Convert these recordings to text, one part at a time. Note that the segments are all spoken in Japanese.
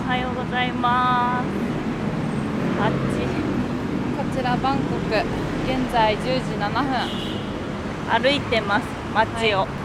おはようございます。あっちこちらバンコク、現在10時7分歩いてます、街を、はい、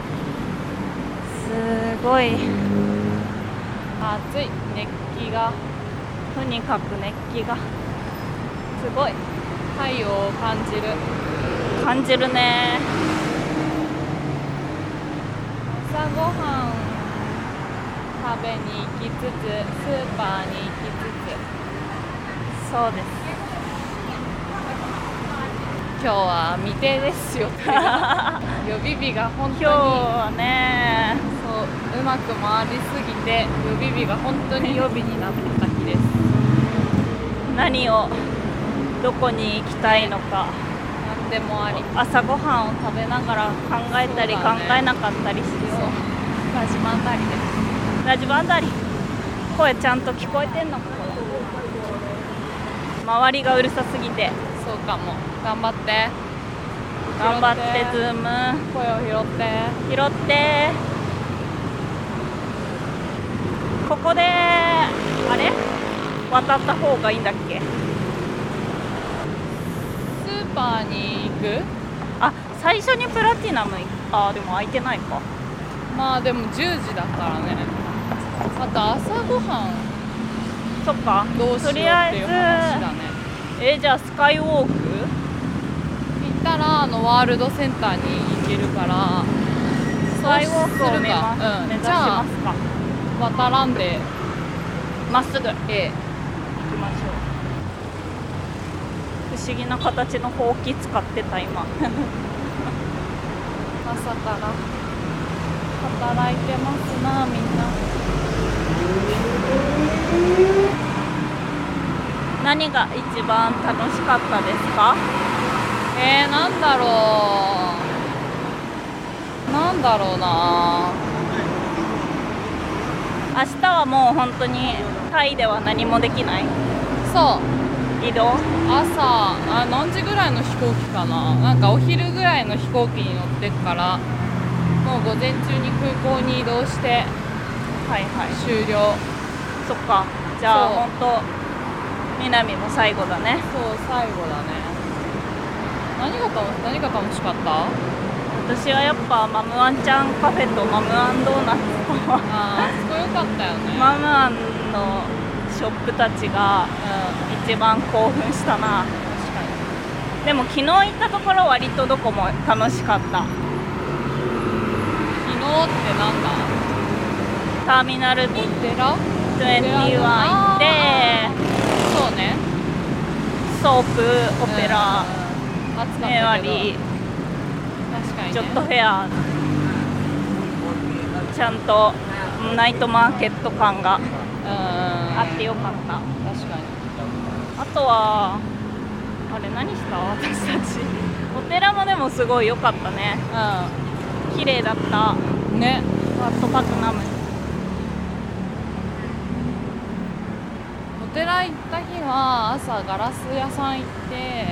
すごい暑い、熱気が、 とにかく熱気がすごい、 太陽を感じるね。朝ごはん食べに行きつつ、スーパーに行きつつ、 そうです。 今日は未定ですよ予備日が本当に今日はね、 そううまく回りすぎて予備日が本当に予備になった日です。 何をどこに行きたいのか、 何でもあり。 朝ごはんを食べながら考えたり、考えなかったりしよう。 ラジバンダリです。 ラジバンダリ、声ちゃんと聞こえてんのかな。周りがうるさすぎて。 そうかも。頑張って、 ズーム声を拾ってここであれ渡った方がいいんだっけ。 スーパーに行く。 最初にプラティナムでも空いてないか。 まあでも10時だからね。あと朝ごはん、 そっか、 どうしようっていう話だね。 じゃあスカイウォーク行ったらワールドセンターに行けるから、 スカイウォークを目指しますか。 じゃあ渡らんでまっすぐ、行きましょう。不思議な形のほうき使ってた今朝から働いてますな、みんな。 何が一番楽しかったですか？ なんだろうな。 明日はもう本当にタイでは何もできない。 そう、 移動朝何時ぐらいの飛行機かな。なんかお昼ぐらいの飛行機に乗ってっから、もう午前中に空港に移動して終了。 そっか、じゃあ本当南も最後だね。 そう、最後だね。何が楽しかった？ 私はやっぱマムアンちゃんカフェとマムアンドーナツとあそこ良かったよね。 マムアンのショップたちが一番興奮したな。確かに。でも昨日行ったところ割とどこも楽しかった。昨日ってなんだ？ ターミナルお寺 21行って、 そうね、 ソープオペラ、メワリー、 確かにね、 ちょっとフェア、ちゃんとナイトマーケット感があってよかった。 確かに。 あとは何した私たち。お寺もでもすごい良かったね。綺麗だったね。 ワットパクナム。 お寺行った日は朝ガラス屋さん行って、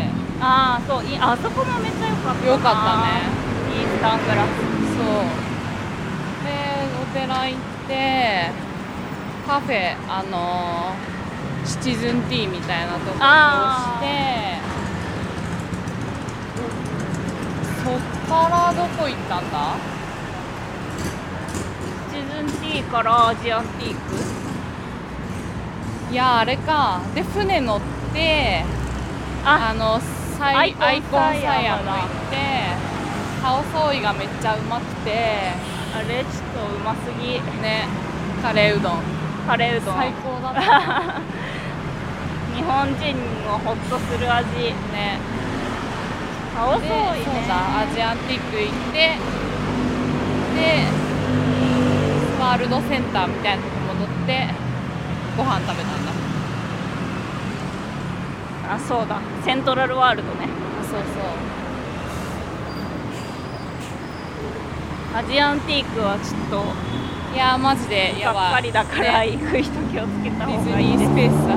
そう、あそこもめっちゃ良かった。 良かったね。 イースタングラス。 そうで、お寺行ってカフェ、シチズンティーみたいなところをして、そっからどこ行ったんだ？ シチズンティーからアジアンティーク。 いや、あれか。で、船乗って、アイコンサイアム行って、カオソーイがめっちゃうまくて、 あれちょっとうますぎね。カレーうどん最高だった日本人をホッとする味ね。 カオソーイね。 そうだ、アジアンティック行って、でワールドセンターみたいなとこ戻ってご飯食べたんだ。 そうだ、セントラルワールドね。 そうアジアンティークはちょっといやマジでやばい。 がっかりだから、行く人気をつけた方がいいです。 ディズニースペースだった。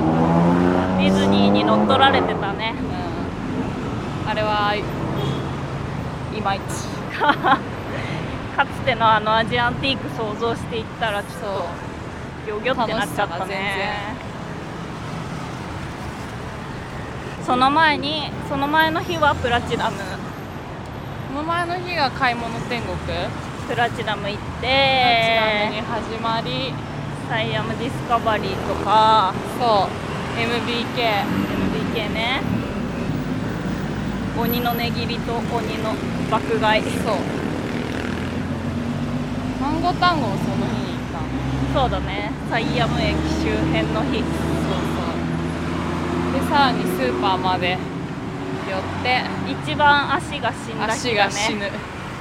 ディズニーに乗っ取られてたね。 あれはいまいちかつてのアジアンティーク想像していったらちょっとギョギョってなっちゃったね。その前の日はプラチナム、 その前の日が買い物天国、 プラチナム行って、 プラチナムに始まり、 サイアムディスカバリーとか、 そう MBK ね、鬼の値切りと鬼の爆買い、 そうマンゴータンゴをその日に行ったの。 そうだね、サイアム駅周辺の日。 でさらにスーパーまで寄って一番足が死んだ日だね。 足が死ぬ。で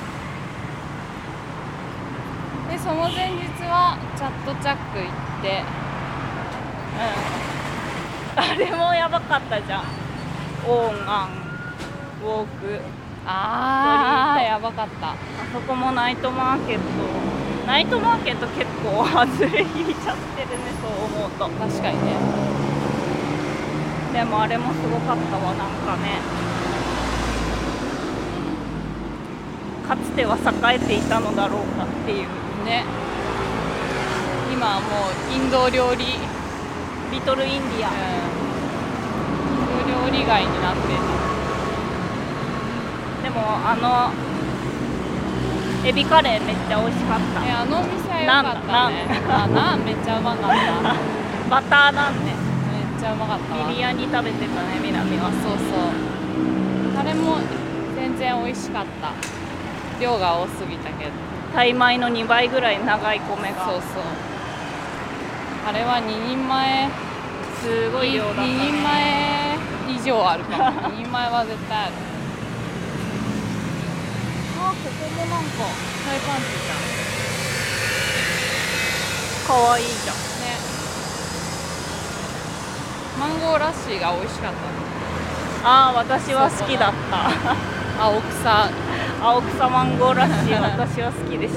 その前日はチャットチャック行って、 あれもやばかったじゃん。オーンアンウォークやばかった。 あそこもナイトマーケット結構外れ引いちゃってるね、そう思うと。 確かにね。 でもあれもすごかったわ、なんかね、かつては栄えていたのだろうかっていうね。今はもうインド料理、 リトルインディア、 インド料理街になってる。 でもエビカレーめっちゃ美味しかった。 あのお店は良かったね。ナンめっちゃうまかった。 バターナンね、 めっちゃうまかったわ。 ビリヤニ食べてたね、南は。 そうそう、あれも全然美味しかった。量が多すぎたけど、 タイ米の2倍ぐらい長い米が。 そうそう、あれは2人前、 すごい量だったね。 2人前以上あるかも。2人前は絶対ある。 ここもなんかタイパンツじゃん。 かわいいじゃんね。マンゴーラッシーが美味しかった。 私は好きだった。 青草マンゴーラッシー私は好きでした。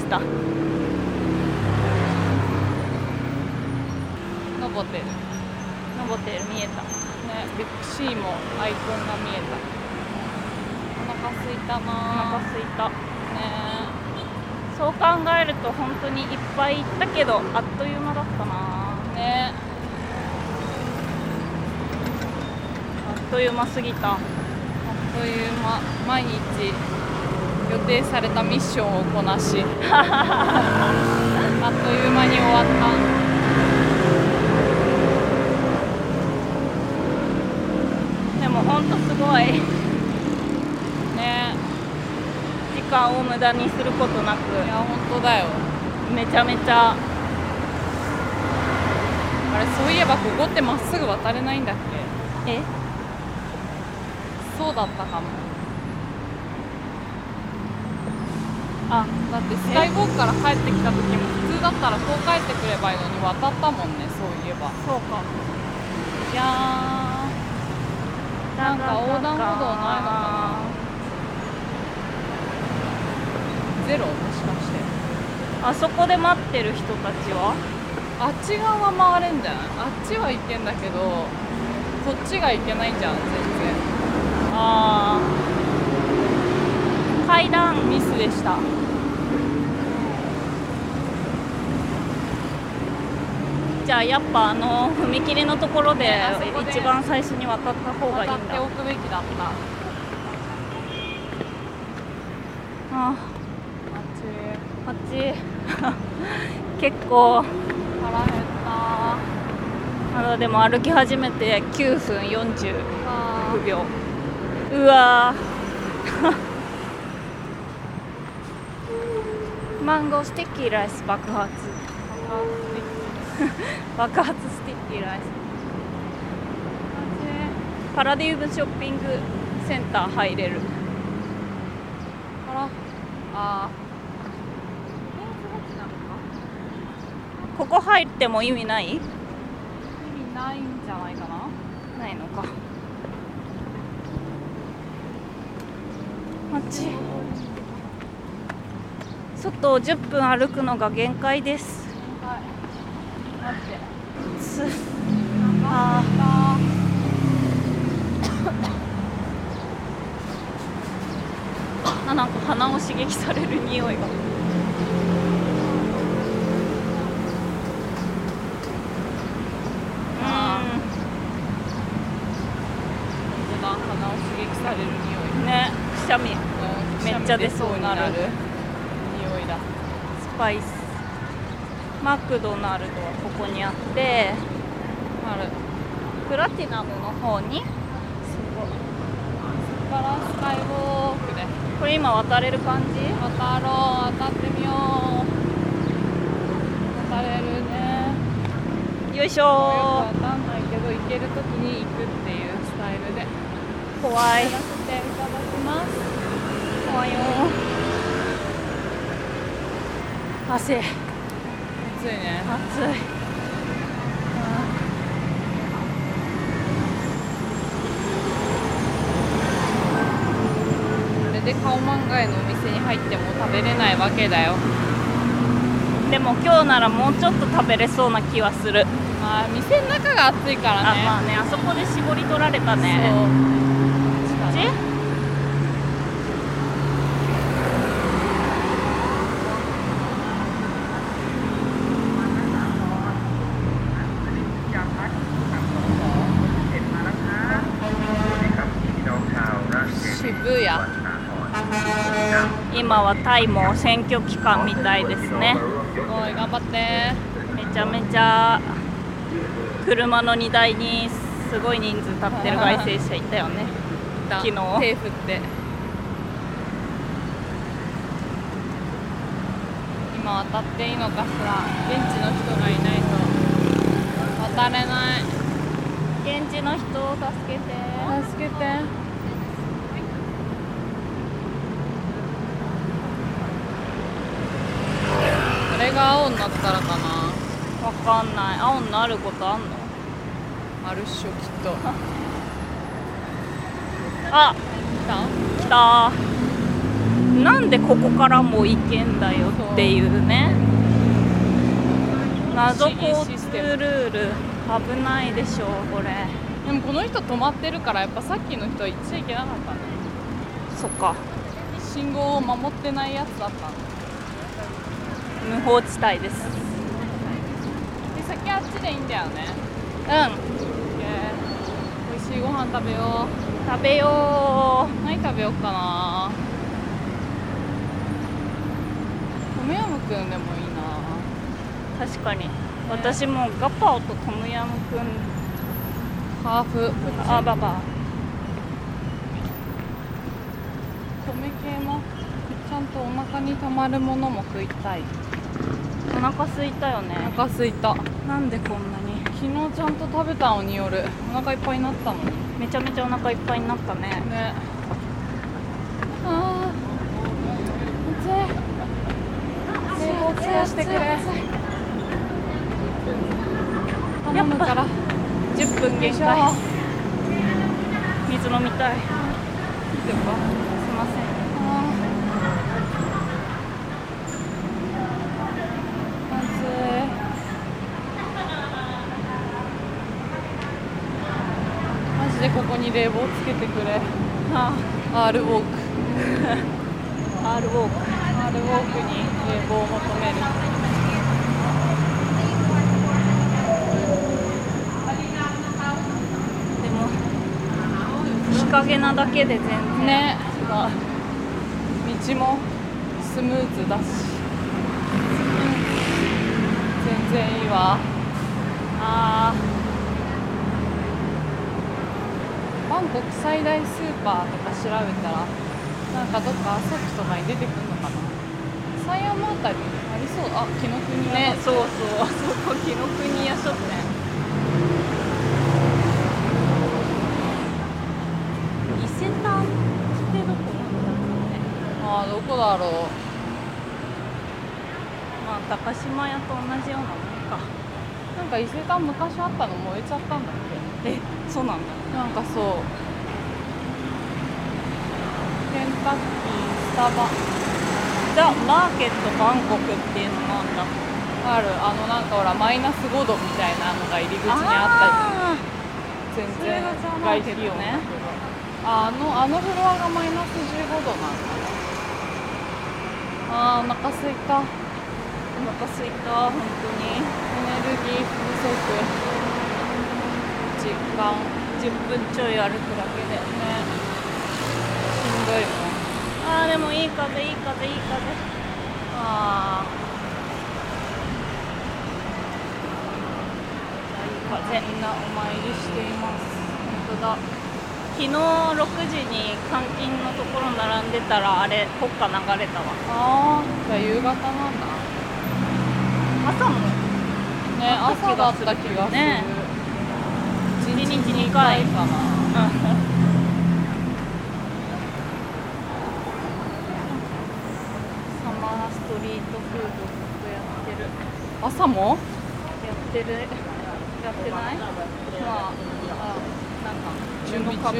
ノボテル見えたね。ビクシーもアイコンが見えた。お腹すいたな。 お腹すいたね。 そう考えると本当にいっぱい行ったけどあっという間だったなね。 あっという間すぎた。 あっという間。毎日予定されたミッションをこなしあっという間に終わった。 でも本当すごいね。 時間を無駄にすることなく、 いや本当だよ。 めちゃめちゃ。 あれ、そういえばここってまっすぐ渡れないんだっけ？そうだったかも。だってスカイウォークから帰ってきた時も普通だったらこう帰ってくればいいのに渡ったもんね、そういえば。 そうか。 いやー、なんか横断歩道ないのかな。ゼロもしかして。 あそこで待ってる人たちはあっち側は回れんじゃない？あっちは行けんだけどこっちが行けないんじゃん、全然。 階段ミスでした。 じゃあやっぱ踏切のところで一番最初に渡った方がいいんだ。 渡っておくべきだった。あっち結構腹減った。 まだでも歩き始めて9分49秒。うわマンゴースティッキーライス爆発爆発スティッキーライス。パラディウムショッピングセンター入れる。ここ入っても意味ない？ 意味ないんじゃないかな。 ないのか。外を10分歩くのが限界です。 待って。 なんか鼻を刺激される匂いが。 される匂いね、くしゃみめっちゃ出そうになる匂いだ。 スパイスマクドナルドはここにあって、プラティナムの方にスカラスカイウォークで、 これ今渡れる感じ？ 渡ってみよう。渡れるね。 よいしょよくわかんないけど行けるときに行くっていうスタイルで怖い。 やらせていただきます。 怖いよ。汗。 暑いね。 暑い。 これでカオマンガイのお店に入っても食べれないわけだよ。 でも今日ならもうちょっと食べれそうな気はする。 店の中が暑いからね。 まあね、あそこで絞り取られたね。 そう。 こっち？ 渋谷。 今はタイも選挙期間みたいですね。 すごい頑張って。 めちゃめちゃ車の荷台にすごい人数立ってる外政者いたよね。昨日手振って。今渡っていいのかしら。現地の人がいないと渡れない。 現地の人を助けて。 助けて。これが青になったらかな。 わかんない。青になることあんの？ あるっしょきっと。 あ、 来た？ 来た。なんでここからも行けんだよっていうね。謎交通ルール危ないでしょこれ。 でもこの人止まってるからやっぱさっきの人は行っちゃいけなかったね。 そっか。 信号を守ってないやつだったんだ。 無法地帯です。 で先あっちでいいんだよね。美味しいご飯食べよう。 食べよう。 何食べようかな。トムヤムクンでもいいな。 確かに。私もガパオとトムヤムクンハーフ。 ババ。 米系もちゃんとお腹にたまるものも食いたい。 お腹空いたよね。 お腹空いた。 なんでこんなに。 昨日ちゃんと食べたのに夜お腹いっぱいになったのに。 めちゃめちゃお腹いっぱいになったね。 ね。あー、暑い。冷房つやしてくれ。頼むから。 10分限界。水飲みたい。すいません。マジでここに冷房つけてくれ。R ウォーク。 R ウォーク。 R ウォークに冷房を求める。 でも日陰なだけで全然ね。道もスムーズだし、全然いいわ。バンコク最大スーパーとか調べたらなんかどっか朝日とかに出てくるのかな。サイアムあたりありそう。紀ノ国屋ね。そうそう、あそこ紀ノ国屋書店。伊勢丹ってどこなんだろうね。 どこだろう。 まあ高島屋と同じようなもんか。 なんか伊勢丹昔あったの燃えちゃったんだっけ。 そうなんだ。 なんかそう。ケンタッキー、スタバ、 ザ・マーケットバンコクっていうのもあんだ。 ある。なんかほらマイナス5度みたいなのが入り口にあったり。全然外気温ね。あのフロアがマイナス15度なんだ。お腹すいた。 お腹すいた、本当に。 エネルギー不足。時間 10分ちょい歩くだけでね。 どいもん。 あーでもいい風いい風いい風。あーいい風。 みんなお参りしています。 本当だ。昨日6時に監禁のところ並んでたらあれ国歌流れたわ。 ああ、じゃあ夕方なんだ。 朝もね、朝だった気がする。 ね、 1日2回かな。 サマーストリートフードずっとやってる。 朝も？ やってる。やってない？まあ、なんか準備中。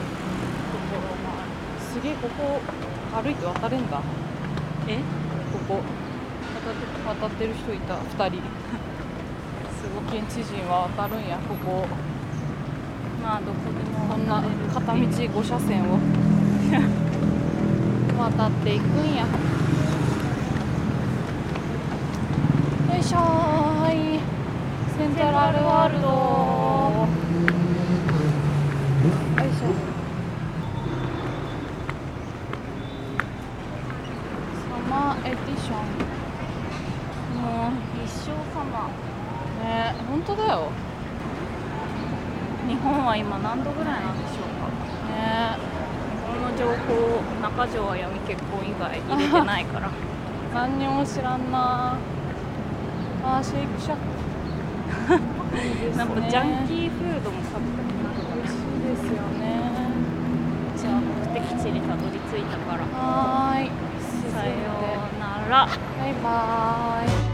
すげえ、ここ歩いて渡れんだ。 え？ ここ渡ってる人いた2人。すごい、現地人は渡るんやここ。 まあどこでもこんな片道5車線を渡っていくんや。よいしょー、はい、セントラルワールド。よいしょ。サマーエディション。 もう一生様ね、本当だよ。 日本は今何度ぐらいなんでしょうかね。 この情報中条あやみ結婚以外入れてないから何にも知らんなあ。シェイクシャックいいですね。 なんかジャンキーフードも食べたくなる。 美味しいですよね。 じゃあ目的地にたどり着いたからはーい、 さようなら。 バイバーイ。